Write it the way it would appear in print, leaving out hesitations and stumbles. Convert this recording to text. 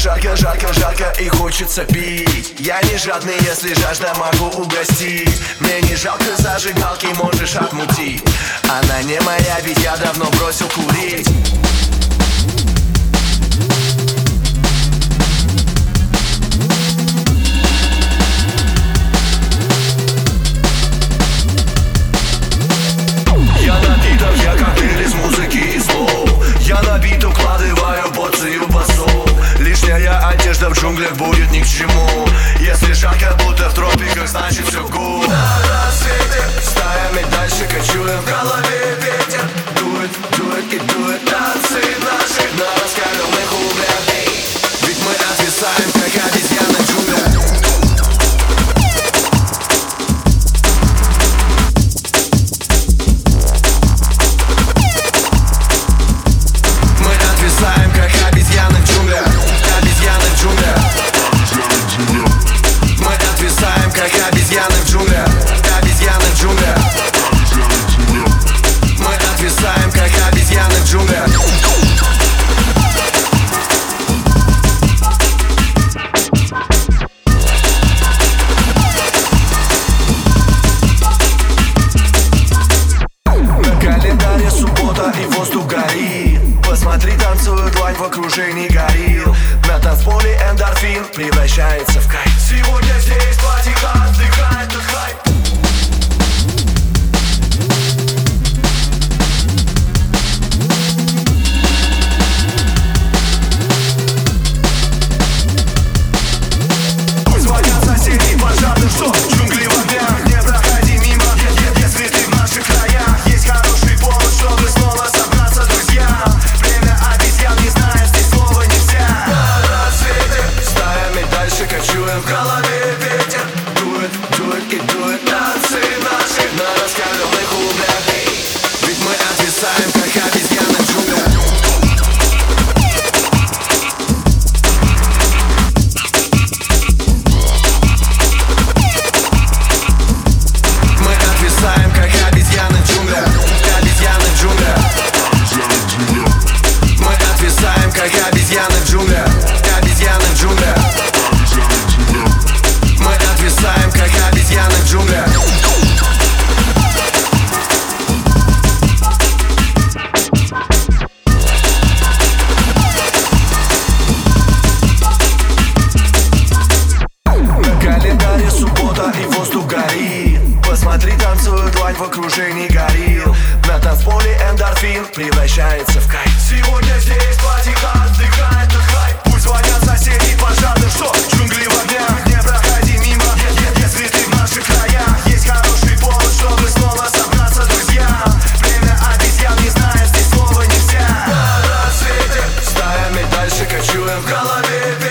жарко, жарко, жарко и хочется пить. Я не жадный, если жажда, могу угостить. Мне не жалко зажигалки, можешь отмутить. Она не моя, ведь я давно бросил курить. Я напиток, я коктейль из музыки и слов. Я набит, укладываю порцию басов. Лишняя одежда в джунглях будет ни к чему. Если жарко, будто в тропиках, значит все гуд. На рассвете стаями дальше кочуем, в голове ветер. Дует, дует и дует, танцы наши на раскаленных углях. Ведь мы отвисаем, как обезьяны в джунглях. Как обезьяны в джунглях, обезьяны в джунглях. Мы отвисаем, как обезьяны в джунглях, обезьяны в джунглях. Мы отвисаем, как обезьяны в джунглях. На календаре суббота и воздух горит. Посмотри, танцуют лайф в окружении горилл. На танцполе эндорфин превращается в кайф. Сегодня здесь платика отдыхает от хайп. Звонят соседи, пожарный шок, джунгли в огнях. Не проходи мимо, если ты в наших краях. Есть хороший повод, чтобы снова собраться, друзья. Кочуем, в голове ветер. Дует, дует и дует, танцы наши на раскаленных углях. Ведь мы отвисаем, как обезьяны в джунглях. Мы отвисаем, как обезьяны в джунглях, обезьяны в джунглях. Мы отвисаем, как обезьяны в джунглях, обезьяны в джунглях. Мы отвисаем, как обезьяны в джунглях. На календаре суббота и воздух горит. Посмотри, танцуют лайф в окружении горилл. На танцполе эндорфин превращается в кайф. Сегодня здесь платика отдыхает от хайп. Пусть звонят соседи, пожарный шок, джунгли в огнях. Не проходи мимо, если ты в наших краях. Есть хороший повод, чтобы снова собраться, друзья. Время обезьян, не знаю, здесь слова нельзя. На рассвете стаями дальше кочуем, в голове